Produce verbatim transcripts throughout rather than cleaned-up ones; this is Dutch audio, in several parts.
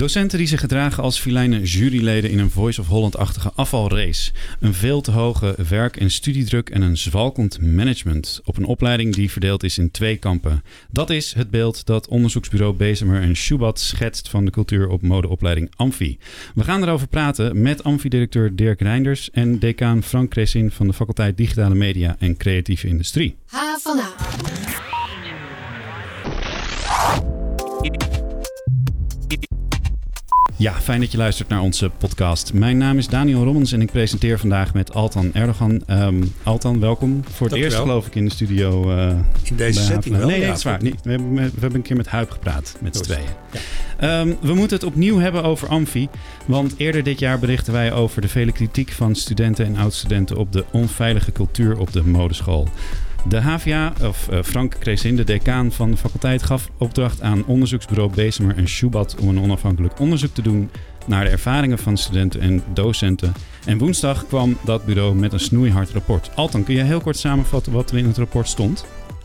Docenten die zich gedragen als filijne juryleden in een Voice of Holland-achtige afvalrace. Een veel te hoge werk- en studiedruk en een zwalkend management op een opleiding die verdeeld is in twee kampen. Dat is het beeld dat onderzoeksbureau Bezemer en Schubat schetst van de cultuur op modeopleiding Amfi. We gaan erover praten met Amfi-directeur Dirk Reinders en decaan Frank Cresin van de faculteit Digitale Media en Creatieve Industrie. H van A. Ja, fijn dat je luistert naar onze podcast. Mijn naam is Daniel Rommens en ik presenteer vandaag met Altan Erdogan. Um, Altan, welkom. Voor het eerst geloof ik in de studio. Uh, in deze setting wel? Nee, nee, ja, dat is waar. Nee, we, hebben, we hebben een keer met Huib gepraat, met z'n tweeën. Ja. Um, we moeten het opnieuw hebben over Amfi. Want eerder dit jaar berichten wij over de vele kritiek van studenten en oud-studenten op de onveilige cultuur op de modeschool. De H V A, of uh, Frank Cresin, de decaan van de faculteit, gaf opdracht aan onderzoeksbureau Bezemer en Schubat om een onafhankelijk onderzoek te doen naar de ervaringen van studenten en docenten. En woensdag kwam dat bureau met een snoeihard rapport. Altan, kun je heel kort samenvatten wat er in het rapport stond?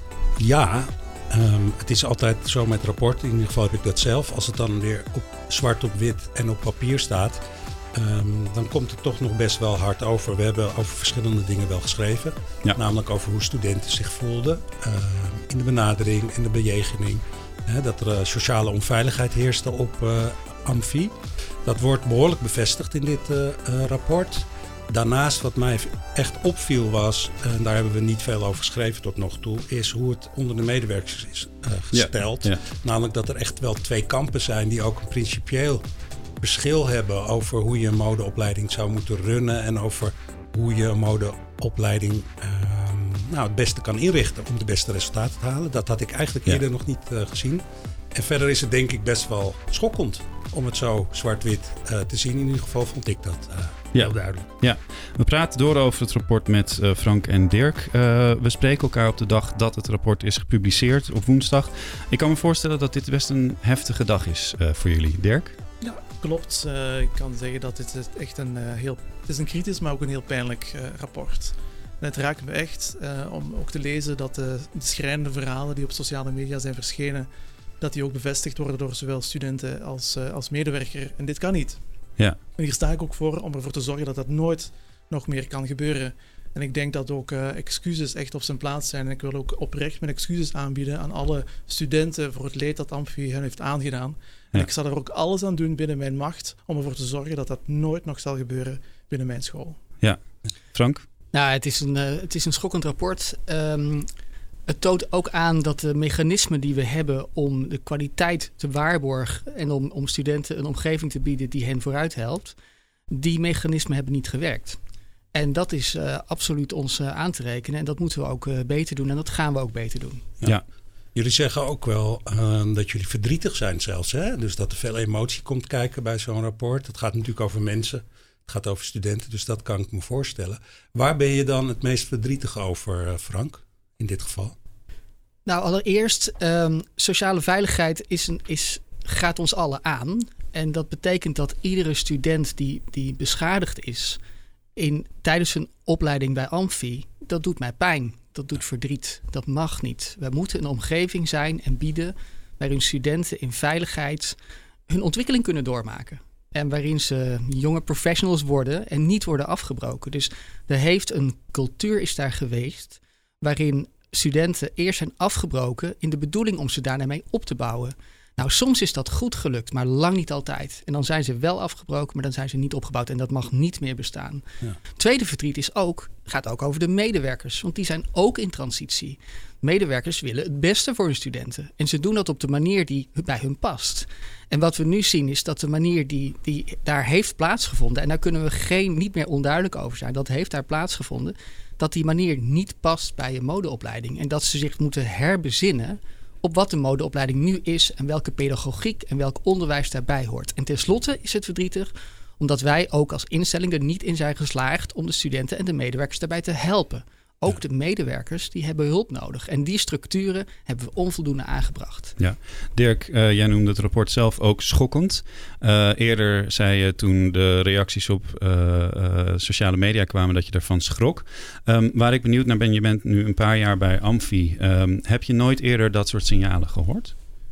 Ja, um, het is altijd zo met rapport. In ieder geval heb ik dat zelf. Als het dan weer op zwart op wit en op papier staat, Um, dan komt het toch nog best wel hard over. We hebben over verschillende dingen wel geschreven. Ja. Namelijk over hoe studenten zich voelden uh, in de benadering en de bejegening. Hè, dat er uh, sociale onveiligheid heerste op uh, Amfi. Dat wordt behoorlijk bevestigd in dit uh, uh, rapport. Daarnaast wat mij echt opviel was, en daar hebben we niet veel over geschreven tot nog toe, is hoe het onder de medewerkers is uh, gesteld. Ja, ja. Namelijk dat er echt wel twee kampen zijn die ook een principieel verschil hebben over hoe je een modeopleiding zou moeten runnen en over hoe je een modeopleiding uh, nou, het beste kan inrichten om de beste resultaten te halen. Dat had ik eigenlijk eerder ja. nog niet uh, gezien. En verder is het denk ik best wel schokkend om het zo zwart-wit uh, te zien. In ieder geval vond ik dat uh, ja. heel duidelijk. Ja, we praten door over het rapport met uh, Frank en Dirk. Uh, we spreken elkaar op de dag dat het rapport is gepubliceerd op woensdag. Ik kan me voorstellen dat dit best een heftige dag is uh, voor jullie. Dirk? Ja, klopt. Uh, ik kan zeggen dat dit echt een uh, heel... Het is een kritisch, maar ook een heel pijnlijk uh, rapport. En het raakt me echt uh, om ook te lezen dat de, de schrijnende verhalen die op sociale media zijn verschenen, dat die ook bevestigd worden door zowel studenten als, uh, als medewerker. En dit kan niet. Ja. En hier sta ik ook voor om ervoor te zorgen dat dat nooit nog meer kan gebeuren. En ik denk dat ook uh, excuses echt op zijn plaats zijn. En ik wil ook oprecht mijn excuses aanbieden aan alle studenten voor het leed dat Amfi hen heeft aangedaan. En ja. ik zal er ook alles aan doen binnen mijn macht om ervoor te zorgen dat dat nooit nog zal gebeuren binnen mijn school. Ja, Frank? Nou, het is een, uh, het is een schokkend rapport. Um, het toont ook aan dat de mechanismen die we hebben om de kwaliteit te waarborgen en om, om studenten een omgeving te bieden die hen vooruit helpt, die mechanismen hebben niet gewerkt. En dat is uh, absoluut ons uh, aan te rekenen. En dat moeten we ook uh, beter doen. En dat gaan we ook beter doen. Ja. ja. Jullie zeggen ook wel uh, dat jullie verdrietig zijn zelfs. Hè? Dus dat er veel emotie komt kijken bij zo'n rapport. Het gaat natuurlijk over mensen. Het gaat over studenten. Dus dat kan ik me voorstellen. Waar ben je dan het meest verdrietig over, uh, Frank? In dit geval? Nou, allereerst, um, sociale veiligheid is een, is, gaat ons allen aan. En dat betekent dat iedere student die, die beschadigd is In, tijdens een opleiding bij Amfi, dat doet mij pijn. Dat doet verdriet. Dat mag niet. We moeten een omgeving zijn en bieden waarin studenten in veiligheid hun ontwikkeling kunnen doormaken. En waarin ze jonge professionals worden en niet worden afgebroken. Dus er heeft een cultuur is daar geweest waarin studenten eerst zijn afgebroken in de bedoeling om ze daarna mee op te bouwen. Nou, soms is dat goed gelukt, maar lang niet altijd. En dan zijn ze wel afgebroken, maar dan zijn ze niet opgebouwd. En dat mag niet meer bestaan. Ja. Tweede verdriet is ook, gaat ook over de medewerkers. Want die zijn ook in transitie. Medewerkers willen het beste voor hun studenten. En ze doen dat op de manier die bij hun past. En wat we nu zien is dat de manier die, die daar heeft plaatsgevonden, en daar kunnen we geen, niet meer onduidelijk over zijn, dat heeft daar plaatsgevonden, dat die manier niet past bij een modeopleiding. En dat ze zich moeten herbezinnen op wat de modeopleiding nu is en welke pedagogiek en welk onderwijs daarbij hoort. En tenslotte is het verdrietig omdat wij ook als instelling er niet in zijn geslaagd om de studenten en de medewerkers daarbij te helpen. Ook ja. de medewerkers die hebben hulp nodig. En die structuren hebben we onvoldoende aangebracht. Ja, Dirk, uh, jij noemde het rapport zelf ook schokkend. Uh, eerder zei je toen de reacties op uh, uh, sociale media kwamen dat je daarvan schrok. Um, waar ik benieuwd naar ben, je bent nu een paar jaar bij Amfi. Um, heb je nooit eerder dat soort signalen gehoord?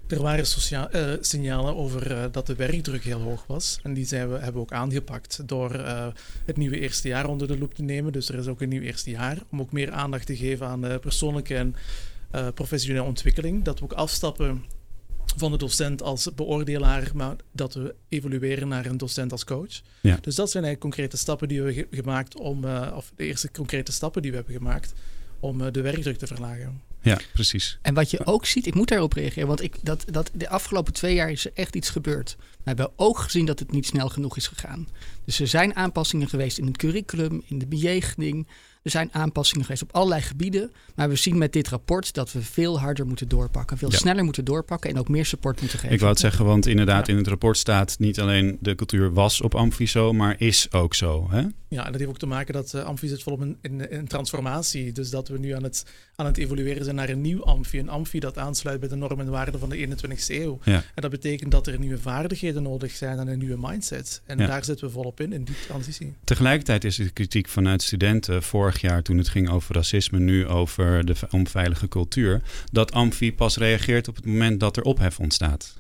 Er waren socia- uh, signalen over uh, dat de werkdruk heel hoog was. En die zijn we, hebben we ook aangepakt door uh, het nieuwe eerste jaar onder de loep te nemen. Dus er is ook een nieuw eerste jaar om ook meer aandacht te geven aan uh, persoonlijke en uh, professionele ontwikkeling. Dat we ook afstappen van de docent als beoordelaar, maar dat we evolueren naar een docent als coach. Ja. Dus dat zijn eigenlijk concrete stappen die we ge- gemaakt om, uh, of de eerste concrete stappen die we hebben gemaakt om uh, de werkdruk te verlagen. Ja, precies. En wat je ook ziet, ik moet daarop reageren, want ik, dat, dat, de afgelopen twee jaar is er echt iets gebeurd. We hebben ook gezien dat het niet snel genoeg is gegaan. Dus er zijn aanpassingen geweest in het curriculum, in de bejegening. Er zijn aanpassingen geweest op allerlei gebieden. Maar we zien met dit rapport dat we veel harder moeten doorpakken. Veel ja. sneller moeten doorpakken en ook meer support moeten geven. Ik wou het zeggen, want inderdaad ja. in het rapport staat niet alleen de cultuur was op Amfi zo, maar is ook zo. Hè? Ja, en dat heeft ook te maken dat uh, Amfi zit volop in, in, in transformatie. Dus dat we nu aan het, aan het evolueren zijn naar een nieuw Amfi. Een Amfi dat aansluit bij de normen en waarden van de eenentwintigste eeuw. Ja. En dat betekent dat er nieuwe vaardigheden nodig zijn en een nieuwe mindset. En ja. daar zitten we volop in, in die transitie. Tegelijkertijd is de kritiek vanuit studenten vorig jaar toen het ging over racisme, nu over de onveilige cultuur, dat Amfi pas reageert op het moment dat er ophef ontstaat.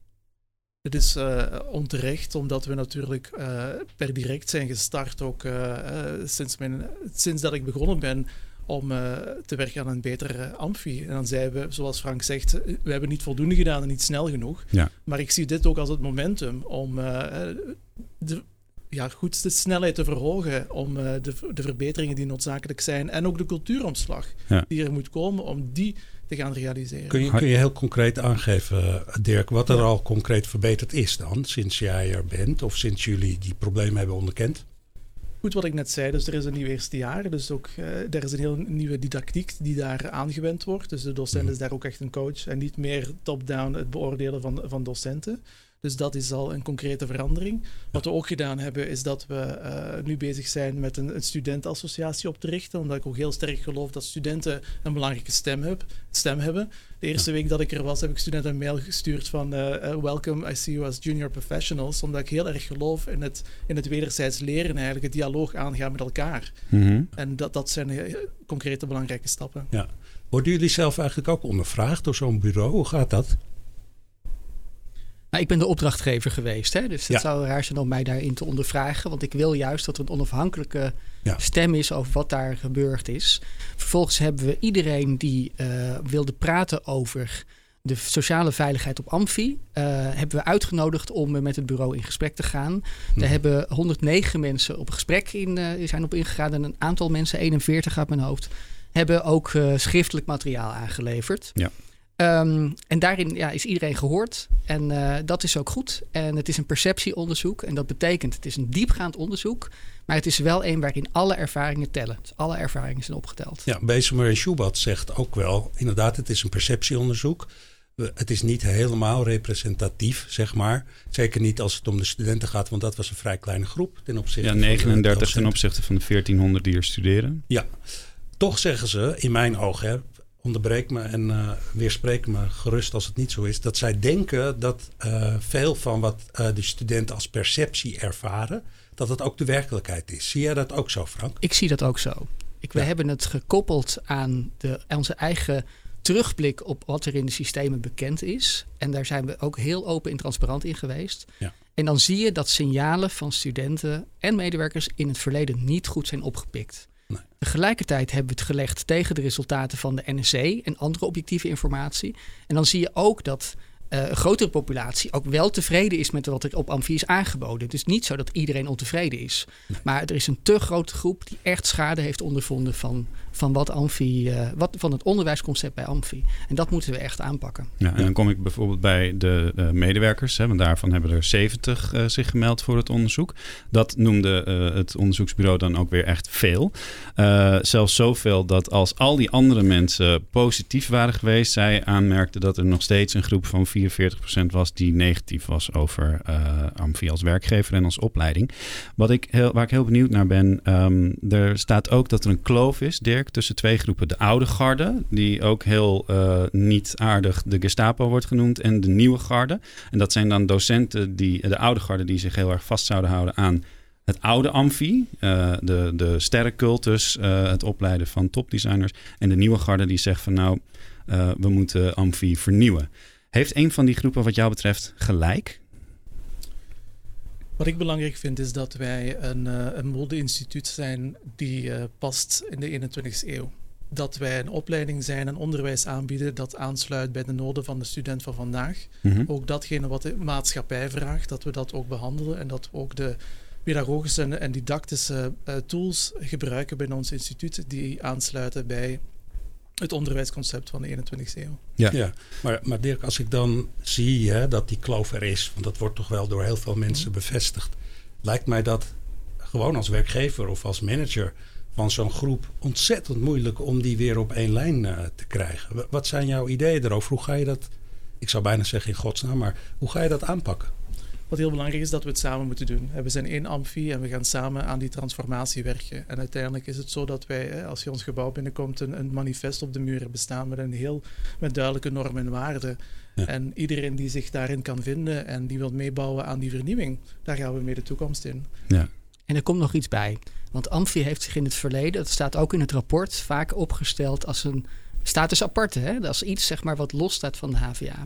Het is uh, onterecht, omdat we natuurlijk uh, per direct zijn gestart, ook uh, uh, sinds, mijn, sinds dat ik begonnen ben, om uh, te werken aan een betere uh, Amfi. En dan zeiden we, zoals Frank zegt, we hebben niet voldoende gedaan en niet snel genoeg. Ja. Maar ik zie dit ook als het momentum om uh, de, ja, goed, de snelheid te verhogen, om uh, de, de verbeteringen die noodzakelijk zijn en ook de cultuuromslag ja. die er moet komen, om die te gaan realiseren. Kun je, kun je heel concreet aangeven, Dirk, wat er ja. al concreet verbeterd is dan, sinds jij er bent of sinds jullie die problemen hebben onderkend? Goed, wat ik net zei, dus er is een nieuw eerste jaar, dus ook uh, er is een heel nieuwe didactiek die daar aangewend wordt. Dus de docent mm. is daar ook echt een coach en niet meer top-down het beoordelen van, van docenten. Dus dat is al een concrete verandering. Wat we ook gedaan hebben, is dat we uh, nu bezig zijn met een, een studentenassociatie op te richten. Omdat ik ook heel sterk geloof dat studenten een belangrijke stem, heb, stem hebben. De eerste ja. week dat ik er was, heb ik studenten een mail gestuurd van uh, uh, welcome, I see you as junior professionals. Omdat ik heel erg geloof in het, in het wederzijds leren, eigenlijk het dialoog aangaan met elkaar. Mm-hmm. En dat, dat zijn uh, concrete belangrijke stappen. Ja. Worden jullie zelf eigenlijk ook ondervraagd door zo'n bureau? Hoe gaat dat? Nou, ik ben de opdrachtgever geweest, hè? Dus het ja. zou raar zijn om mij daarin te ondervragen. Want ik wil juist dat er een onafhankelijke ja. stem is over wat daar gebeurd is. Vervolgens hebben we iedereen die uh, wilde praten over de sociale veiligheid op Amfi, uh, hebben we uitgenodigd om uh, met het bureau in gesprek te gaan. Hmm. Daar hebben honderdnegen mensen op gesprek in, uh, zijn op ingegaan. En een aantal mensen, eenenveertig uit mijn hoofd, hebben ook uh, schriftelijk materiaal aangeleverd. Ja. Um, en daarin ja, is iedereen gehoord en uh, dat is ook goed. En het is een perceptieonderzoek en dat betekent het is een diepgaand onderzoek, maar het is wel een waarin alle ervaringen tellen. Dus alle ervaringen zijn opgeteld. Ja, Bezemer en Schubert zegt ook wel, inderdaad, het is een perceptieonderzoek. Het is niet helemaal representatief, zeg maar. Zeker niet als het om de studenten gaat, want dat was een vrij kleine groep ten opzichte ja, negenendertig van ten opzichte van de veertienhonderd die er studeren. Ja, toch zeggen ze, in mijn ogen, hè, onderbreek me en uh, weerspreek me gerust als het niet zo is, dat zij denken dat uh, veel van wat uh, de studenten als perceptie ervaren, dat het ook de werkelijkheid is. Zie jij dat ook zo, Frank? Ik zie dat ook zo. Ik, we ja. hebben het gekoppeld aan de, onze eigen terugblik op wat er in de systemen bekend is. En daar zijn we ook heel open en transparant in geweest. Ja. En dan zie je dat signalen van studenten en medewerkers in het verleden niet goed zijn opgepikt. Nee. Tegelijkertijd hebben we het gelegd tegen de resultaten van de N S C en andere objectieve informatie. En dan zie je ook dat uh, een grotere populatie ook wel tevreden is met wat er op Amfi is aangeboden. Het is niet zo dat iedereen ontevreden is. Nee. Maar er is een te grote groep die echt schade heeft ondervonden van, van, wat Amfi, uh, wat, van het onderwijsconcept bij Amfi. En dat moeten we echt aanpakken. Ja, en dan kom ik bijvoorbeeld bij de uh, medewerkers. Hè, want daarvan hebben er zeventig uh, zich gemeld voor het onderzoek. Dat noemde uh, het onderzoeksbureau dan ook weer echt veel. Uh, zelfs zoveel dat als al die andere mensen positief waren geweest, zij aanmerkten dat er nog steeds een groep van vierenveertig procent was die negatief was over uh, Amfi als werkgever en als opleiding. Wat ik heel, waar ik heel benieuwd naar ben, um, er staat ook dat er een kloof is, Dirk, tussen twee groepen. De oude garde, die ook heel uh, niet aardig de Gestapo wordt genoemd, en de nieuwe garde. En dat zijn dan docenten, die de oude garde, die zich heel erg vast zouden houden aan het oude Amfi, uh, de, de sterrencultus, uh, het opleiden van topdesigners. En de nieuwe garde die zegt van nou, uh, we moeten Amfi vernieuwen. Heeft een van die groepen wat jou betreft gelijk? Wat ik belangrijk vind is dat wij een, uh, een mode-instituut zijn die uh, past in de eenentwintigste eeuw. Dat wij een opleiding zijn en onderwijs aanbieden dat aansluit bij de noden van de student van vandaag. Mm-hmm. Ook datgene wat de maatschappij vraagt, dat we dat ook behandelen en dat we ook de pedagogische en, en didactische uh, tools gebruiken binnen ons instituut die aansluiten bij het onderwijsconcept van de eenentwintigste eeuw. Ja, ja. Maar, maar Dirk, als ik dan zie hè, dat die kloof er is, want dat wordt toch wel door heel veel mensen mm. bevestigd, lijkt mij dat gewoon als werkgever of als manager van zo'n groep ontzettend moeilijk om die weer op één lijn uh, te krijgen. Wat zijn jouw ideeën erover? Hoe ga je dat, ik zou bijna zeggen in godsnaam, maar hoe ga je dat aanpakken? Wat heel belangrijk is dat we het samen moeten doen. We zijn één Amfi en we gaan samen aan die transformatie werken. En uiteindelijk is het zo dat wij, als je ons gebouw binnenkomt, een, een manifest op de muren bestaan met een heel met duidelijke normen en waarden. Ja. En iedereen die zich daarin kan vinden en die wil meebouwen aan die vernieuwing, daar gaan we mee de toekomst in. Ja. En er komt nog iets bij. Want Amfi heeft zich in het verleden, dat staat ook in het rapport, vaak opgesteld als een status aparte. Hè? Als iets zeg maar, wat los staat van de H V A.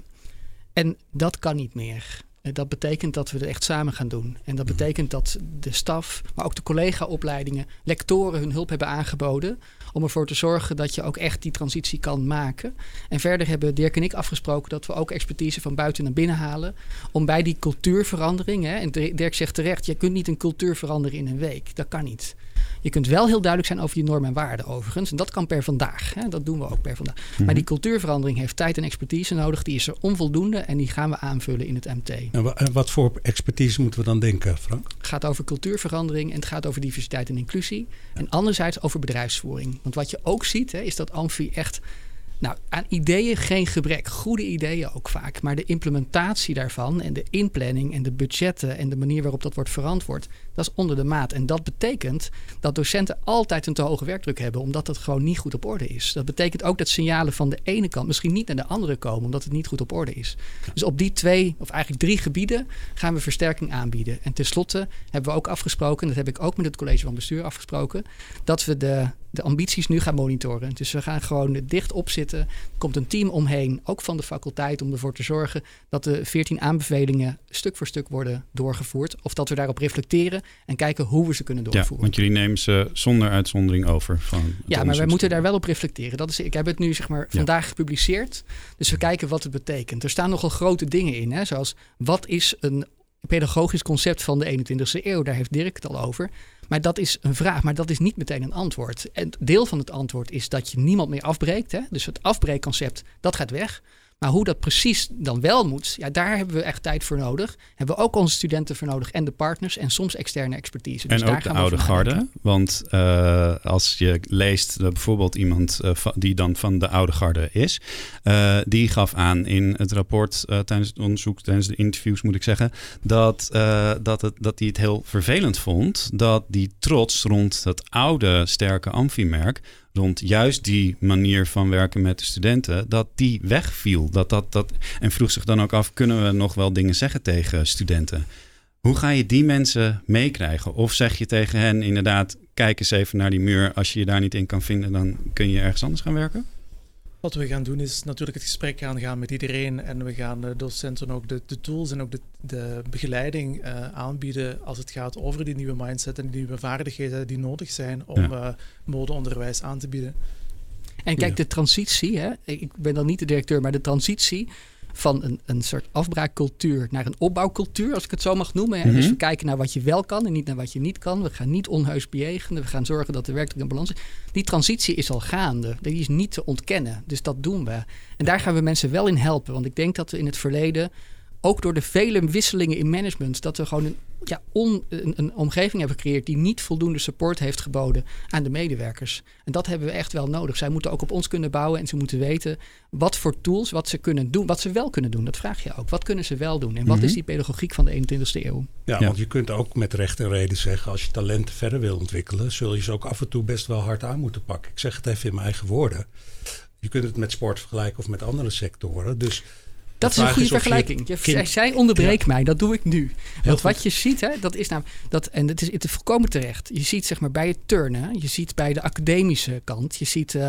En dat kan niet meer. Dat betekent dat we het echt samen gaan doen. En dat betekent dat de staf, maar ook de collega-opleidingen, lectoren hun hulp hebben aangeboden om ervoor te zorgen dat je ook echt die transitie kan maken. En verder hebben Dirk en ik afgesproken dat we ook expertise van buiten naar binnen halen om bij die cultuurverandering, hè, en Dirk zegt terecht, je kunt niet een cultuur veranderen in een week. Dat kan niet. Je kunt wel heel duidelijk zijn over je normen en waarden overigens. En dat kan per vandaag. Hè? Dat doen we ook per vandaag. Mm-hmm. Maar die cultuurverandering heeft tijd en expertise nodig. Die is er onvoldoende en die gaan we aanvullen in het M T. En wat voor expertise moeten we dan denken, Frank? Het gaat over cultuurverandering en het gaat over diversiteit en inclusie. Ja. En anderzijds over bedrijfsvoering. Want wat je ook ziet, hè, is dat Amfi echt... Nou, aan ideeën geen gebrek. Goede ideeën ook vaak. Maar de implementatie daarvan en de inplanning en de budgetten en de manier waarop dat wordt verantwoord, dat is onder de maat. En dat betekent dat docenten altijd een te hoge werkdruk hebben, omdat dat gewoon niet goed op orde is. Dat betekent ook dat signalen van de ene kant misschien niet naar de andere komen, omdat het niet goed op orde is. Dus op die twee, of eigenlijk drie gebieden, gaan we versterking aanbieden. En tenslotte hebben we ook afgesproken, dat heb ik ook met het college van bestuur afgesproken, dat we de... de ambities nu gaan monitoren. Dus we gaan gewoon dicht opzitten. Er komt een team omheen, ook van de faculteit, om ervoor te zorgen dat de veertien aanbevelingen stuk voor stuk worden doorgevoerd. Of dat we daarop reflecteren en kijken hoe we ze kunnen doorvoeren. Ja, want jullie nemen ze zonder uitzondering over. Van ja, maar wij moeten daar wel op reflecteren. Dat is, ik heb het nu zeg maar vandaag ja. gepubliceerd. Dus we kijken wat het betekent. Er staan nogal grote dingen in. Hè, zoals wat is een pedagogisch concept van de eenentwintigste eeuw? Daar heeft Dirk het al over. Maar dat is een vraag, maar dat is niet meteen een antwoord. En deel van het antwoord is dat je niemand meer afbreekt. Hè? Dus het afbreekconcept, dat gaat weg. Maar hoe dat precies dan wel moet, ja, daar hebben we echt tijd voor nodig. Hebben we ook onze studenten voor nodig en de partners en soms externe expertise. Dus en ook de oude garde. Want uh, als je leest uh, bijvoorbeeld iemand uh, va- die dan van de oude garde is, uh, die gaf aan in het rapport uh, tijdens het onderzoek, tijdens de interviews moet ik zeggen, dat, uh, dat, het, dat hij het heel vervelend vond dat die trots rond dat oude sterke Amfi-merk, rond juist die manier van werken met de studenten, dat die wegviel. Dat, dat, dat, en vroeg zich dan ook af, kunnen we nog wel dingen zeggen tegen studenten? Hoe ga je die mensen meekrijgen? Of zeg je tegen hen inderdaad, kijk eens even naar die muur. Als je je daar niet in kan vinden, dan kun je ergens anders gaan werken? Wat we gaan doen is natuurlijk het gesprek aangaan met iedereen. En we gaan de docenten ook de, de tools en ook de, de begeleiding uh, aanbieden als het gaat over die nieuwe mindset en die nieuwe vaardigheden die nodig zijn om ja. uh, modeonderwijs aan te bieden. En kijk, de transitie, hè, ik ben dan niet de directeur, maar de transitie van een, een soort afbraakcultuur naar een opbouwcultuur, als ik het zo mag noemen. Hè. Mm-hmm. Dus we kijken naar wat je wel kan en niet naar wat je niet kan. We gaan niet onheus bejegenen. We gaan zorgen dat de werkdruk in balans is. Die transitie is al gaande. Die is niet te ontkennen. Dus dat doen we. En daar gaan we mensen wel in helpen. Want ik denk dat we in het verleden, ook door de vele wisselingen in management, dat we gewoon een, ja, on, een, een omgeving hebben gecreëerd die niet voldoende support heeft geboden aan de medewerkers. En dat hebben we echt wel nodig. Zij moeten ook op ons kunnen bouwen en ze moeten weten wat voor tools, wat ze kunnen doen, wat ze wel kunnen doen. Dat vraag je ook. Wat kunnen ze wel doen? En wat mm-hmm. is die pedagogiek van de eenentwintigste eeuw? Ja, ja, want je kunt ook met recht en reden zeggen, als je talenten verder wil ontwikkelen, zul je ze ook af en toe best wel hard aan moeten pakken. Ik zeg het even in mijn eigen woorden. Je kunt het met sport vergelijken of met andere sectoren. Dus dat is een goede vergelijking. Je, kind... Zij onderbreekt ja. mij, dat doe ik nu. Want wat je ziet, hè, dat is nou, dat, en het is, het is volkomen terecht. Je ziet zeg maar bij het turnen, je ziet bij de academische kant, je ziet uh,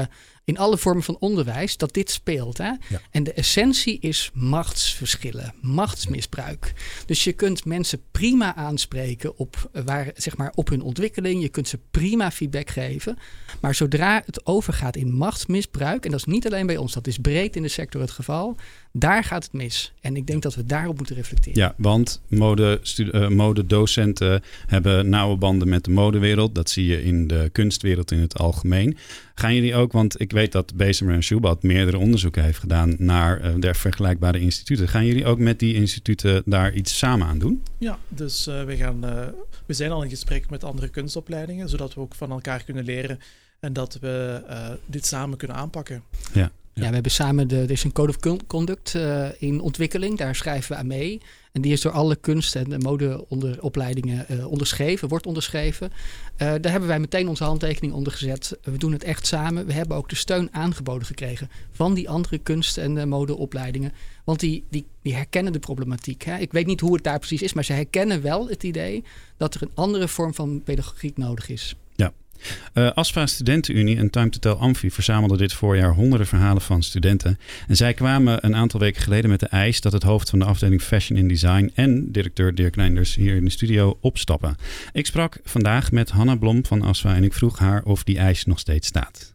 in alle vormen van onderwijs, dat dit speelt. Hè? Ja. En de essentie is machtsverschillen, machtsmisbruik. Dus je kunt mensen prima aanspreken op, waar, zeg maar, op hun ontwikkeling. Je kunt ze prima feedback geven. Maar zodra het overgaat in machtsmisbruik, en dat is niet alleen bij ons, dat is breed in de sector het geval, daar gaat het mis. En ik denk dat we daarop moeten reflecteren. Ja, want mode, stu- uh, modedocenten hebben nauwe banden met de modewereld. Dat zie je in de kunstwereld in het algemeen. Gaan jullie ook, want ik weet dat Bezemer en Schubat meerdere onderzoeken heeft gedaan naar uh, de vergelijkbare instituten. Gaan jullie ook met die instituten daar iets samen aan doen? Ja, dus uh, we, gaan, uh, we zijn al in gesprek met andere kunstopleidingen, zodat we ook van elkaar kunnen leren en dat we uh, dit samen kunnen aanpakken. Ja. Ja, we hebben samen, de, er is een Code of Conduct uh, in ontwikkeling. Daar schrijven we aan mee. En die is door alle kunst- en modeopleidingen uh, onderschreven, wordt onderschreven. Uh, daar hebben wij meteen onze handtekening onder gezet. We doen het echt samen. We hebben ook de steun aangeboden gekregen van die andere kunst- en uh, modeopleidingen. Want die, die, die herkennen de problematiek. Hè? Ik weet niet hoe het daar precies is, maar ze herkennen wel het idee dat er een andere vorm van pedagogiek nodig is. Ja. Uh, ASFA Studentenunie en Time to Tell Amfi verzamelden dit voorjaar honderden verhalen van studenten. En zij kwamen een aantal weken geleden met de eis dat het hoofd van de afdeling Fashion in Design en directeur Dirk Reinders hier in de studio opstappen. Ik sprak vandaag met Hanna Blom van ASFA en ik vroeg haar of die eis nog steeds staat.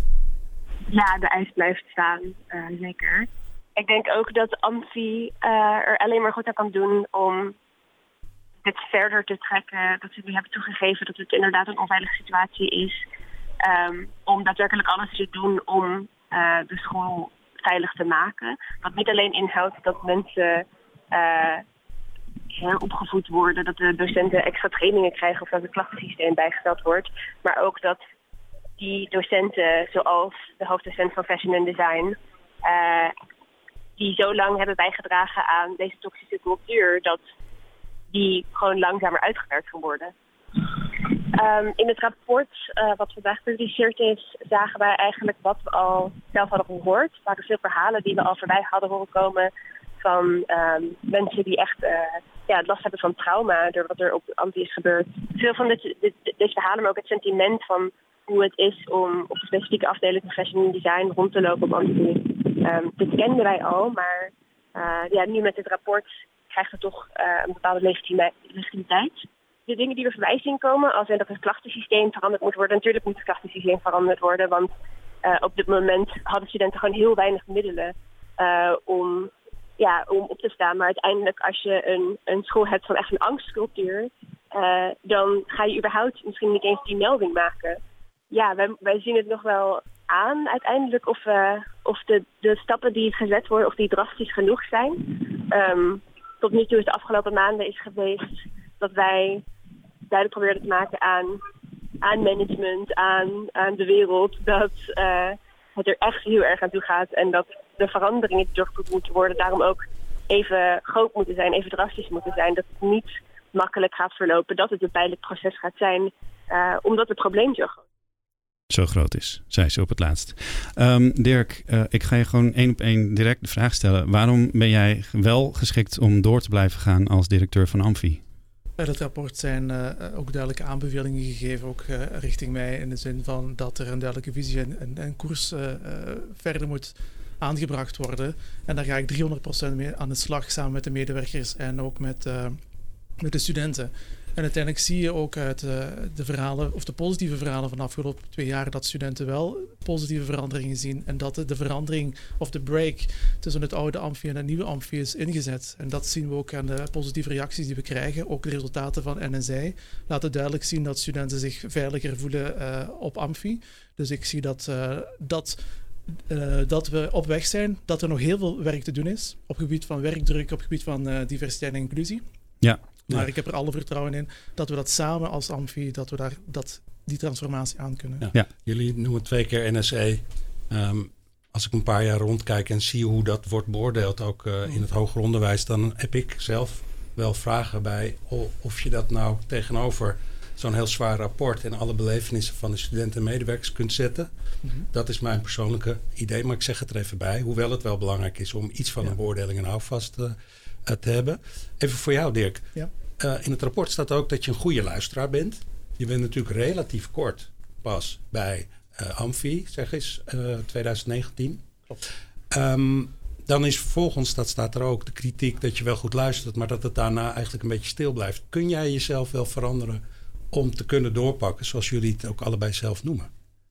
Ja, de eis blijft staan, uh, zeker. Ik denk ook dat Amfi uh, er alleen maar goed aan kan doen om dit verder te trekken, dat ze nu hebben toegegeven dat het inderdaad een onveilige situatie is. Um, om daadwerkelijk alles te doen om uh, de school veilig te maken. Wat niet alleen inhoudt dat mensen uh, heel opgevoed worden, dat de docenten extra trainingen krijgen of dat het klassensysteem bijgesteld wordt. Maar ook dat die docenten, zoals de hoofddocent van Fashion and Design, uh, die zo lang hebben bijgedragen aan deze toxische cultuur, dat die gewoon langzamer uitgewerkt gaan worden. Um, in het rapport uh, wat vandaag gepubliceerd is, zagen wij eigenlijk wat we al zelf hadden gehoord. Er waren veel verhalen die we al voorbij hadden horen komen van um, mensen die echt uh, ja, last hebben van trauma door wat er op Amfi is gebeurd. Veel van dit, dit, deze verhalen, maar ook het sentiment van hoe het is om op de specifieke afdeling van Fashion Design rond te lopen op Amfi. Um, dit kenden wij al, maar uh, ja, nu met dit rapport krijgt het toch uh, een bepaalde legitimiteit. De dingen die we voorbij zien komen, als in dat het klachtensysteem veranderd moet worden. Natuurlijk moet het klachtensysteem veranderd worden, want uh, op dit moment hadden studenten gewoon heel weinig middelen uh, om, ja, om op te staan. Maar uiteindelijk, als je een, een school hebt van echt een angstcultuur, uh, dan ga je überhaupt misschien niet eens die melding maken. Ja, wij, wij zien het nog wel aan uiteindelijk of, uh, of de, de stappen die gezet worden, of die drastisch genoeg zijn. Um, tot nu toe is de afgelopen maanden is geweest dat wij duidelijk proberen te maken aan, aan management, aan, aan de wereld, dat uh, het er echt heel erg aan toe gaat en dat de veranderingen die doorgevoerd moeten worden daarom ook even groot moeten zijn, even drastisch moeten zijn. Dat het niet makkelijk gaat verlopen, dat het een pijnlijk proces gaat zijn, uh, omdat het probleem zo groot is. Zo groot is, zei ze op het laatst. Um, Dirk, uh, ik ga je gewoon één op één direct de vraag stellen. Waarom ben jij wel geschikt om door te blijven gaan als directeur van Amfi? Bij dat rapport zijn uh, ook duidelijke aanbevelingen gegeven, ook uh, richting mij, in de zin van dat er een duidelijke visie en, en, en koers uh, uh, verder moet aangebracht worden. En daar ga ik driehonderd procent mee aan de slag samen met de medewerkers en ook met, uh, met de studenten. En uiteindelijk zie je ook uit uh, de verhalen, of de positieve verhalen van de afgelopen twee jaar, dat studenten wel positieve veranderingen zien. En dat de, de verandering of de break tussen het oude Amfi en het nieuwe Amfi is ingezet. En dat zien we ook aan de positieve reacties die we krijgen. Ook de resultaten van N S I laten duidelijk zien dat studenten zich veiliger voelen uh, op Amfi. Dus ik zie dat, uh, dat, uh, dat we op weg zijn, dat er nog heel veel werk te doen is. Op het gebied van werkdruk, op het gebied van uh, diversiteit en inclusie. Ja. Maar Ja. ik heb er alle vertrouwen in dat we dat samen als Amfi, dat we daar dat, die transformatie aan kunnen. Ja. Ja. Jullie noemen twee keer N S E. Um, als ik een paar jaar rondkijk en zie hoe dat wordt beoordeeld, ook uh, in het hoger onderwijs, dan heb ik zelf wel vragen bij of je dat nou tegenover zo'n heel zwaar rapport en alle belevenissen van de studenten en medewerkers kunt zetten. Mm-hmm. Dat is mijn persoonlijke idee, maar ik zeg het er even bij. Hoewel het wel belangrijk is om iets van Ja. een beoordeling en houvast uh, te hebben. Even voor jou, Dirk. Ja. Uh, in het rapport staat ook dat je een goede luisteraar bent. Je bent natuurlijk relatief kort pas bij uh, Amfi, zeg eens, uh, twintig negentien. Um, dan is vervolgens, dat staat er ook, de kritiek dat je wel goed luistert, maar dat het daarna eigenlijk een beetje stil blijft. Kun jij jezelf wel veranderen om te kunnen doorpakken, zoals jullie het ook allebei zelf noemen?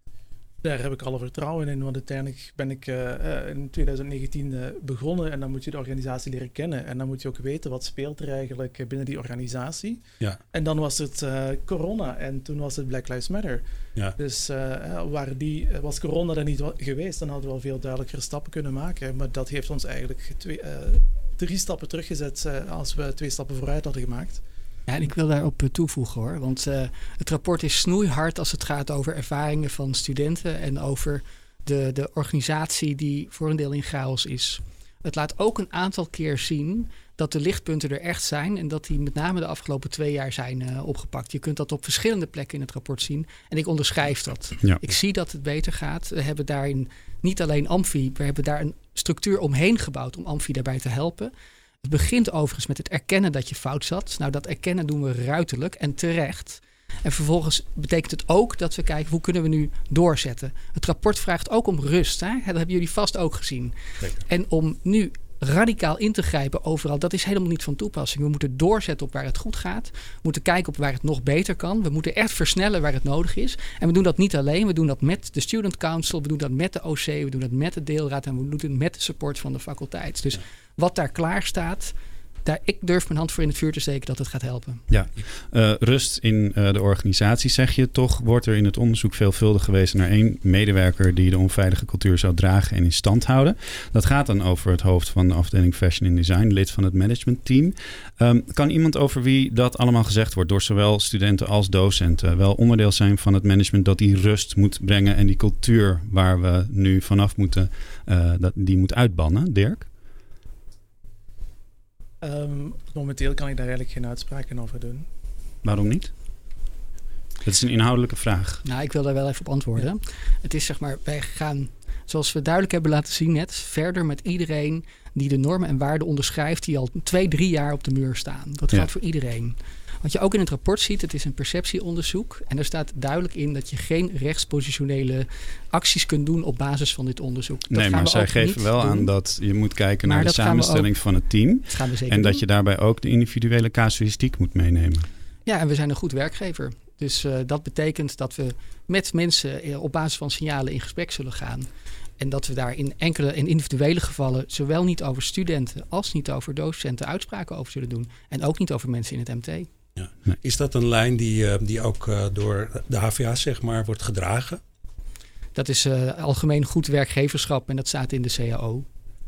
Daar heb ik alle vertrouwen in, want uiteindelijk ben ik uh, in twintig negentien uh, begonnen en dan moet je de organisatie leren kennen. En dan moet je ook weten wat speelt er eigenlijk binnen die organisatie. Ja. En dan was het uh, corona en toen was het Black Lives Matter. Ja. Dus uh, waar die, was corona er niet geweest, dan hadden we wel veel duidelijker stappen kunnen maken. Maar dat heeft ons eigenlijk twee, uh, drie stappen teruggezet uh, als we twee stappen vooruit hadden gemaakt. Ja, en ik wil daarop toevoegen hoor. Want uh, het rapport is snoeihard als het gaat over ervaringen van studenten en over de, de organisatie die voor een deel in chaos is. Het laat ook een aantal keer zien dat de lichtpunten er echt zijn en dat die met name de afgelopen twee jaar zijn uh, opgepakt. Je kunt dat op verschillende plekken in het rapport zien en ik onderschrijf dat. Ja. Ik zie dat het beter gaat. We hebben daarin niet alleen Amfi, we hebben daar een structuur omheen gebouwd om Amfi daarbij te helpen. Het begint overigens met het erkennen dat je fout zat. Nou, dat erkennen doen we ruiterlijk en terecht. En vervolgens betekent het ook dat we kijken hoe kunnen we nu doorzetten. Het rapport vraagt ook om rust. Hè? Dat hebben jullie vast ook gezien. Zeker. En om nu radicaal in te grijpen overal, dat is helemaal niet van toepassing. We moeten doorzetten op waar het goed gaat. We moeten kijken op waar het nog beter kan. We moeten echt versnellen waar het nodig is. En we doen dat niet alleen. We doen dat met de Student Council. We doen dat met de O C. We doen dat met de deelraad. En we doen het met de support van de faculteit. Dus wat daar klaar staat, daar, ik durf mijn hand voor in het vuur te steken dat het gaat helpen. Ja, uh, rust in uh, de organisatie zeg je. Toch wordt er in het onderzoek veelvuldig gewezen naar één medewerker die de onveilige cultuur zou dragen en in stand houden. Dat gaat dan over het hoofd van de afdeling Fashion and Design, lid van het managementteam. Um, kan iemand over wie dat allemaal gezegd wordt door zowel studenten als docenten wel onderdeel zijn van het management dat die rust moet brengen en die cultuur waar we nu vanaf moeten, uh, dat, die moet uitbannen? Dirk? Um, momenteel kan ik daar eigenlijk geen uitspraken over doen. Waarom niet? Dat is een inhoudelijke vraag. Nou, ik wil daar wel even op antwoorden. Ja. Het is zeg maar, wij gaan, zoals we duidelijk hebben laten zien net, verder met iedereen die de normen en waarden onderschrijft die al twee, drie jaar op de muur staan. Dat ja. geldt voor iedereen. Wat je ook in het rapport ziet, het is een perceptieonderzoek. En er staat duidelijk in dat je geen rechtspositionele acties kunt doen op basis van dit onderzoek. Dat nee, maar zij geven wel doen. aan dat je moet kijken maar naar de samenstelling ook, van het team. Dat gaan we zeker en dat doen. je daarbij ook de individuele casuïstiek moet meenemen. Ja, en we zijn een goed werkgever. Dus uh, dat betekent dat we met mensen op basis van signalen in gesprek zullen gaan. En dat we daar in enkele en individuele gevallen zowel niet over studenten als niet over docenten uitspraken over zullen doen. En ook niet over mensen in het M T. Ja. Nee. Is dat een lijn die, uh, die ook uh, door de H V A zeg maar wordt gedragen? Dat is uh, algemeen goed werkgeverschap en dat staat in de C A O.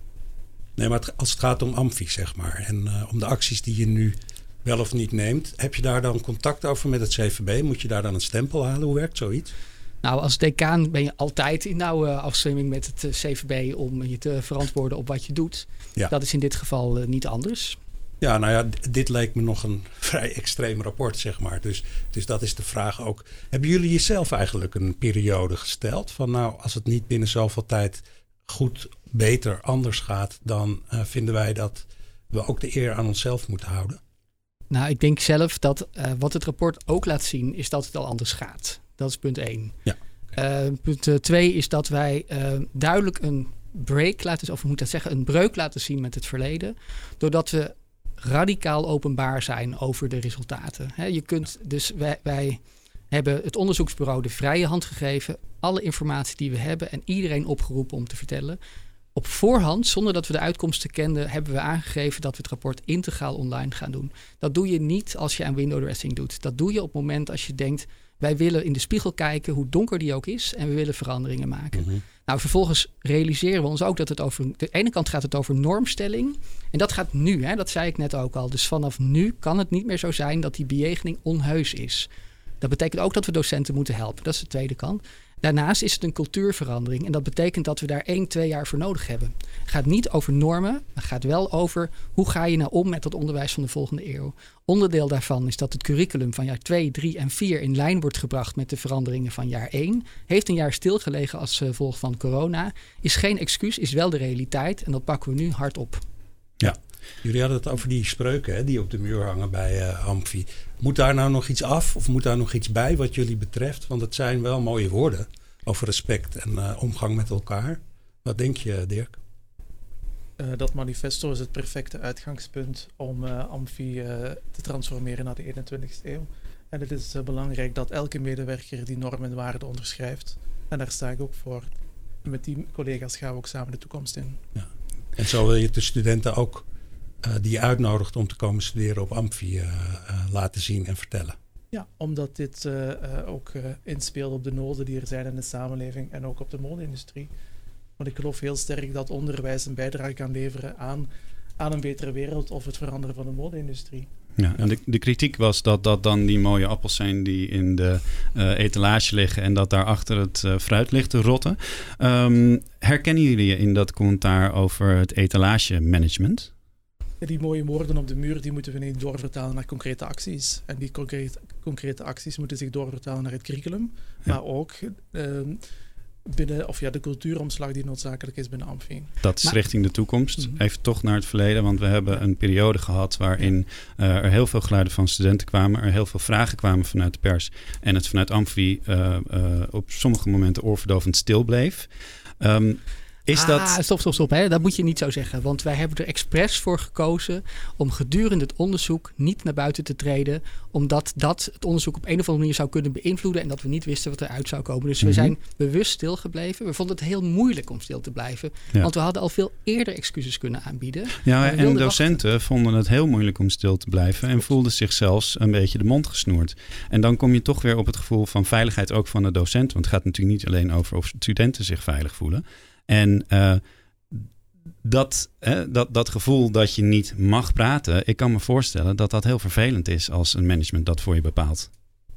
Nee, maar het, als het gaat om Amfi zeg maar en uh, om de acties die je nu wel of niet neemt, heb je daar dan contact over met het C V B? Moet je daar dan een stempel halen? Hoe werkt zoiets? Nou, als decaan ben je altijd in nauwe afstemming met het C V B om je te verantwoorden op wat je doet. Ja. Dat is in dit geval uh, niet anders. Ja, nou ja, dit leek me nog een vrij extreem rapport, zeg maar. Dus, dus dat is de vraag ook. Hebben jullie jezelf eigenlijk een periode gesteld? Van nou, als het niet binnen zoveel tijd goed, beter, anders gaat, dan uh, vinden wij dat we ook de eer aan onszelf moeten houden? Nou, ik denk zelf dat uh, wat het rapport ook laat zien, is dat het al anders gaat. Dat is punt één. Ja. Uh, punt uh, twee is dat wij uh, duidelijk een break laten, of we moeten zeggen, een breuk laten zien met het verleden. Doordat we radicaal openbaar zijn over de resultaten. He, je kunt dus wij, wij hebben het onderzoeksbureau de vrije hand gegeven, alle informatie die we hebben en iedereen opgeroepen om te vertellen. Op voorhand, zonder dat we de uitkomsten kenden, hebben we aangegeven dat we het rapport integraal online gaan doen. Dat doe je niet als je aan window dressing doet. Dat doe je op het moment als je denkt, wij willen in de spiegel kijken, hoe donker die ook is, en we willen veranderingen maken. Mm-hmm. Nou, vervolgens realiseren we ons ook dat het over, de ene kant gaat het over normstelling. En dat gaat nu, hè, dat zei ik net ook al. Dus vanaf nu kan het niet meer zo zijn dat die bejegening onheus is. Dat betekent ook dat we docenten moeten helpen. Dat is de tweede kant. Daarnaast is het een cultuurverandering. En dat betekent dat we daar één, twee jaar voor nodig hebben. Het gaat niet over normen. Maar het gaat wel over hoe ga je nou om met het onderwijs van de volgende eeuw. Onderdeel daarvan is dat het curriculum van jaar twee, drie en vier in lijn wordt gebracht met de veranderingen van jaar één. Heeft een jaar stilgelegen als gevolg van corona. Is geen excuus, is wel de realiteit. En dat pakken we nu hard op. Ja. Jullie hadden het over die spreuken hè, die op de muur hangen bij uh, Amfi. Moet daar nou nog iets af of moet daar nog iets bij wat jullie betreft? Want het zijn wel mooie woorden. over respect en uh, omgang met elkaar. Wat denk je, Dirk? Uh, dat manifesto is het perfecte uitgangspunt om uh, Amfi uh, te transformeren naar de eenentwintigste eeuw. En het is uh, belangrijk dat elke medewerker die normen en waarden onderschrijft. En daar sta ik ook voor. En met die collega's gaan we ook samen de toekomst in. Ja. En zo wil je de studenten ook uh, die je uitnodigt om te komen studeren op Amfi uh, uh, laten zien en vertellen. Ja, omdat dit uh, uh, ook uh, inspeelt op de noden die er zijn in de samenleving en ook op de mode-industrie. Want ik geloof heel sterk dat onderwijs een bijdrage kan leveren aan, aan een betere wereld of het veranderen van de mode-industrie. Ja, en de, de kritiek was dat dat dan die mooie appels zijn die in de uh, etalage liggen en dat daarachter het uh, fruit ligt te rotten. Um, herkennen jullie je in dat commentaar over het etalagemanagement? Ja, die mooie woorden op de muur die moeten we niet doorvertalen naar concrete acties. En die concrete, concrete acties moeten zich doorvertalen naar het curriculum, ja. maar ook uh, binnen, of ja, de cultuuromslag die noodzakelijk is binnen Amfi. Dat is maar, richting de toekomst. Mm-hmm. Even toch naar het verleden, want we hebben een periode gehad waarin uh, er heel veel geluiden van studenten kwamen, er heel veel vragen kwamen vanuit de pers en het vanuit Amfi uh, uh, op sommige momenten oorverdovend stil bleef. Um, Is ah, dat... Stop, stop, stop. Hè? Dat moet je niet zo zeggen. Want wij hebben er expres voor gekozen om gedurende het onderzoek niet naar buiten te treden. Omdat dat het onderzoek op een of andere manier zou kunnen beïnvloeden. En dat we niet wisten wat eruit zou komen. Dus mm-hmm. we zijn bewust stilgebleven. We vonden het heel moeilijk om stil te blijven. Ja. Want we hadden al veel eerder excuses kunnen aanbieden. Ja, en, en docenten wachten. vonden het heel moeilijk om stil te blijven. En voelden zich zelfs een beetje de mond gesnoerd. En dan kom je toch weer op het gevoel van veiligheid ook van de docent. Want het gaat natuurlijk niet alleen over of studenten zich veilig voelen. En uh, dat, hè, dat, dat gevoel dat je niet mag praten, ik kan me voorstellen dat dat heel vervelend is als een management dat voor je bepaalt.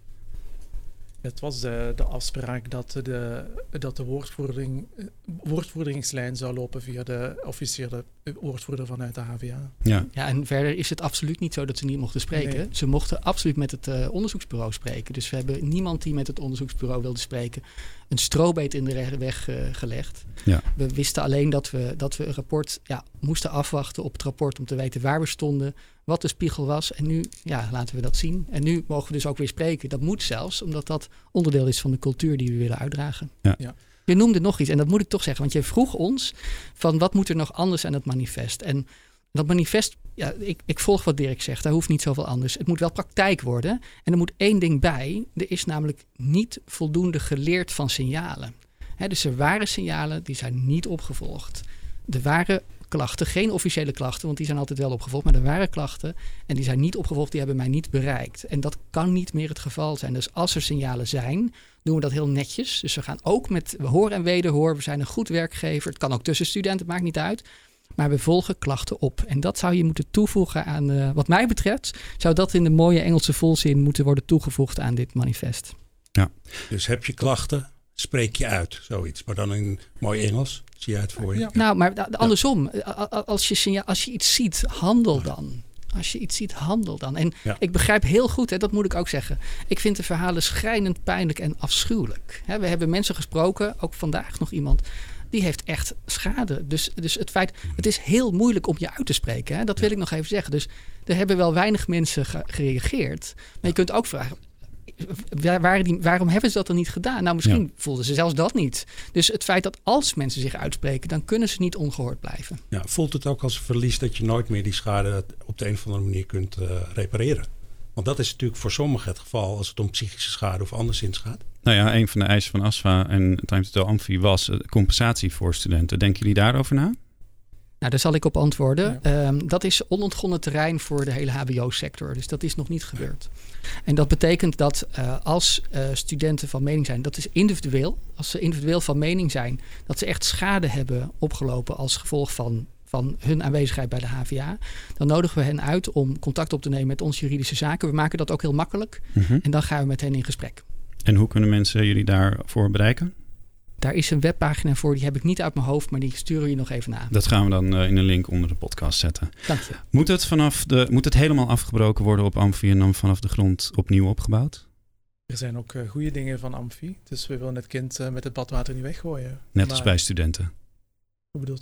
Het was de, de afspraak dat de, dat de woordvoering, woordvoeringslijn zou lopen via de officiële woordvoerder vanuit de H V A. Ja. ja, en verder is het absoluut niet zo dat ze niet mochten spreken. Nee. Ze mochten absoluut met het uh, onderzoeksbureau spreken. Dus we hebben niemand die met het onderzoeksbureau wilde spreken een strobeet in de weg uh, gelegd. Ja. We wisten alleen dat we, dat we een rapport ja, moesten afwachten op het rapport om te weten waar we stonden, wat de spiegel was. En nu ja, laten we dat zien. En nu mogen we dus ook weer spreken. Dat moet zelfs, omdat dat onderdeel is van de cultuur die we willen uitdragen. Ja. Ja. Je noemde nog iets, en dat moet ik toch zeggen. Want je vroeg ons van wat moet er nog anders aan het manifest. En dat manifest, ja, ik, ik volg wat Dirk zegt. Daar hoeft niet zoveel anders. Het moet wel praktijk worden. En er moet één ding bij. Er is namelijk niet voldoende geleerd van signalen. He, dus er waren signalen, die zijn niet opgevolgd. Er waren klachten, geen officiële klachten, want die zijn altijd wel opgevolgd. Maar er waren klachten en die zijn niet opgevolgd, die hebben mij niet bereikt. En dat kan niet meer het geval zijn. Dus als er signalen zijn, doen we dat heel netjes. Dus we gaan ook met hoor en wederhoor. We zijn een goed werkgever. Het kan ook tussen studenten, het maakt niet uit. Maar we volgen klachten op. En dat zou je moeten toevoegen aan, uh, wat mij betreft, zou dat in de mooie Engelse volzin moeten worden toegevoegd aan dit manifest. Ja. Dus heb je klachten, spreek je uit, zoiets. Maar dan in mooi Engels, zie je het voor je. Ja. Nou, maar da- andersom. Ja. Als je, als je iets ziet, handel dan. Als je iets ziet, handel dan. En ja. ik begrijp heel goed, hè, dat moet ik ook zeggen. Ik vind de verhalen schrijnend pijnlijk en afschuwelijk. Hè, we hebben mensen gesproken, ook vandaag nog iemand, die heeft echt schade. Dus, dus het feit, het is heel moeilijk om je uit te spreken. Hè? Dat wil ik nog even zeggen. Dus er hebben wel weinig mensen ge- gereageerd. Maar je kunt ook vragen, waar, die, waarom hebben ze dat dan niet gedaan? Nou, misschien ja. voelden ze zelfs dat niet. Dus het feit dat als mensen zich uitspreken, dan kunnen ze niet ongehoord blijven. Ja, voelt het ook als een verlies dat je nooit meer die schade op de een of andere manier kunt uh, repareren? Want dat is natuurlijk voor sommigen het geval als het om psychische schade of anderszins gaat. Nou ja, een van de eisen van A S F A en Time to Tell Amfi was compensatie voor studenten. Denken jullie daarover na? Nou, daar zal ik op antwoorden. Ja. Um, dat is onontgonnen terrein voor de hele H B O-sector. Dus dat is nog niet gebeurd. En dat betekent dat uh, als uh, studenten van mening zijn, dat is individueel. Als ze individueel van mening zijn, dat ze echt schade hebben opgelopen als gevolg van, van hun aanwezigheid bij de H V A. Dan nodigen we hen uit om contact op te nemen met onze juridische zaken. We maken dat ook heel makkelijk. Mm-hmm. En dan gaan we met hen in gesprek. En hoe kunnen mensen jullie daarvoor bereiken? Daar is een webpagina voor, die heb ik niet uit mijn hoofd, maar die sturen je nog even na. Dat gaan we dan uh, in een link onder de podcast zetten. Dank je. Moet het, vanaf de, moet het helemaal afgebroken worden op Amfi en dan vanaf de grond opnieuw opgebouwd? Er zijn ook uh, goede dingen van Amfi, dus we willen het kind uh, met het badwater niet weggooien. Net maar, als bij studenten. Hoe bedoelt u?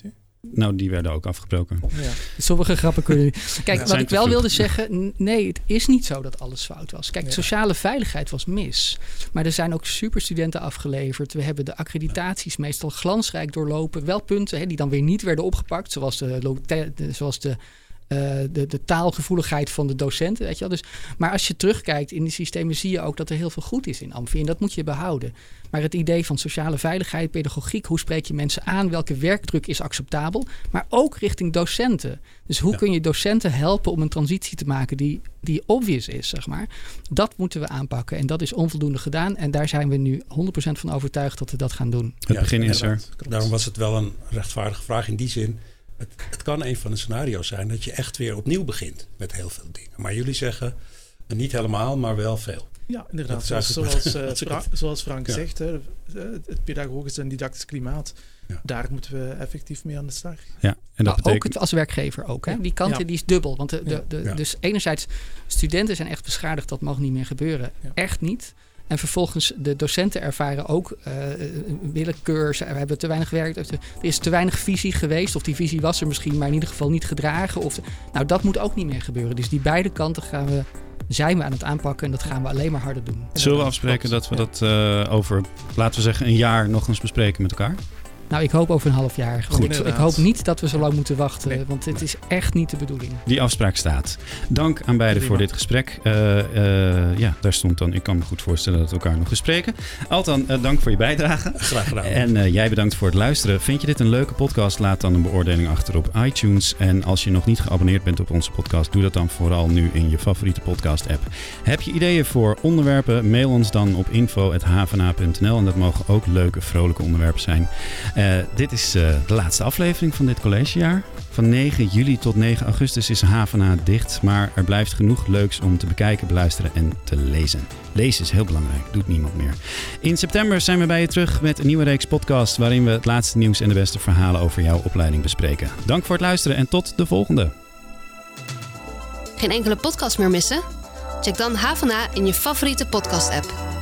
Nou, die werden ook afgebroken. Ja. Sommige grappen kunnen niet. Kijk, Ja, wat ik wel vroeg. wilde zeggen... Nee, het is niet zo dat alles fout was. Kijk, Ja. sociale veiligheid was mis. Maar er zijn ook superstudenten afgeleverd. We hebben de accreditaties meestal glansrijk doorlopen. Wel punten hè, die dan weer niet werden opgepakt. Zoals de, lo- te- de, zoals de, uh, de, de taalgevoeligheid van de docenten. Weet je wel. Dus, maar als je terugkijkt in die systemen... zie je ook dat er heel veel goed is in Amfi. En dat moet je behouden. Maar het idee van sociale veiligheid, pedagogiek... hoe spreek je mensen aan, welke werkdruk is acceptabel... maar ook richting docenten. Dus hoe Ja. kun je docenten helpen om een transitie te maken... die, die obvious is, zeg maar. Dat moeten we aanpakken. En dat is onvoldoende gedaan. En daar zijn we nu honderd procent van overtuigd dat we dat gaan doen. Het begin is er. inderdaad. Daarom was het wel een rechtvaardige vraag in die zin. Het, het kan een van de scenario's zijn dat je echt weer opnieuw begint met heel veel dingen. Maar jullie zeggen niet helemaal, maar wel veel. Ja, inderdaad. Dat is Zoals, eigenlijk- zoals, eh, dat is Fra- het. zoals Frank Ja. zegt, hè, het pedagogisch en didactisch klimaat. Ja. Daar moeten we effectief mee aan de slag. Ja, en dat Maar betekent... ook het als werkgever ook. Hè? Ja. Die kant Ja. die is dubbel. Want de, de, de, Ja. Dus enerzijds, studenten zijn echt beschadigd. Dat mag niet meer gebeuren. Ja. Echt niet. En vervolgens de docenten ervaren ook uh, willekeur. Ze hebben te weinig gewerkt. Er is te weinig visie geweest. Of die visie was er misschien, maar in ieder geval niet gedragen. Of, nou, dat moet ook niet meer gebeuren. Dus die beide kanten gaan we, zijn we aan het aanpakken. En dat gaan we alleen maar harder doen. Zullen we afspreken dat we dat uh, over, laten we zeggen, een jaar nog eens bespreken met elkaar? Nou, ik hoop over een half jaar. Goed, ik, ik inderdaad. hoop niet dat we zo lang moeten wachten. Nee. Want dit is echt niet de bedoeling. Die afspraak staat. Dank aan beiden Prima. voor dit gesprek. Uh, uh, ja, daar stond dan. Ik kan me goed voorstellen dat we elkaar nog eens spreken. Altan, uh, dank voor je bijdrage. Graag gedaan. En uh, jij bedankt voor het luisteren. Vind je dit een leuke podcast? Laat dan een beoordeling achter op iTunes. En als je nog niet geabonneerd bent op onze podcast, doe dat dan vooral nu in je favoriete podcast app. Heb je ideeën voor onderwerpen? Mail ons dan op info at h v n a punt n l. En dat mogen ook leuke, vrolijke onderwerpen zijn. Uh, dit is uh, de laatste aflevering van dit collegejaar. Van negen juli tot negen augustus is H V N A dicht. Maar er blijft genoeg leuks om te bekijken, beluisteren en te lezen. Lezen is heel belangrijk, doet niemand meer. In september zijn we bij je terug met een nieuwe reeks podcast... waarin we het laatste nieuws en de beste verhalen over jouw opleiding bespreken. Dank voor het luisteren en tot de volgende. Geen enkele podcast meer missen? Check dan H V N A in je favoriete podcast-app.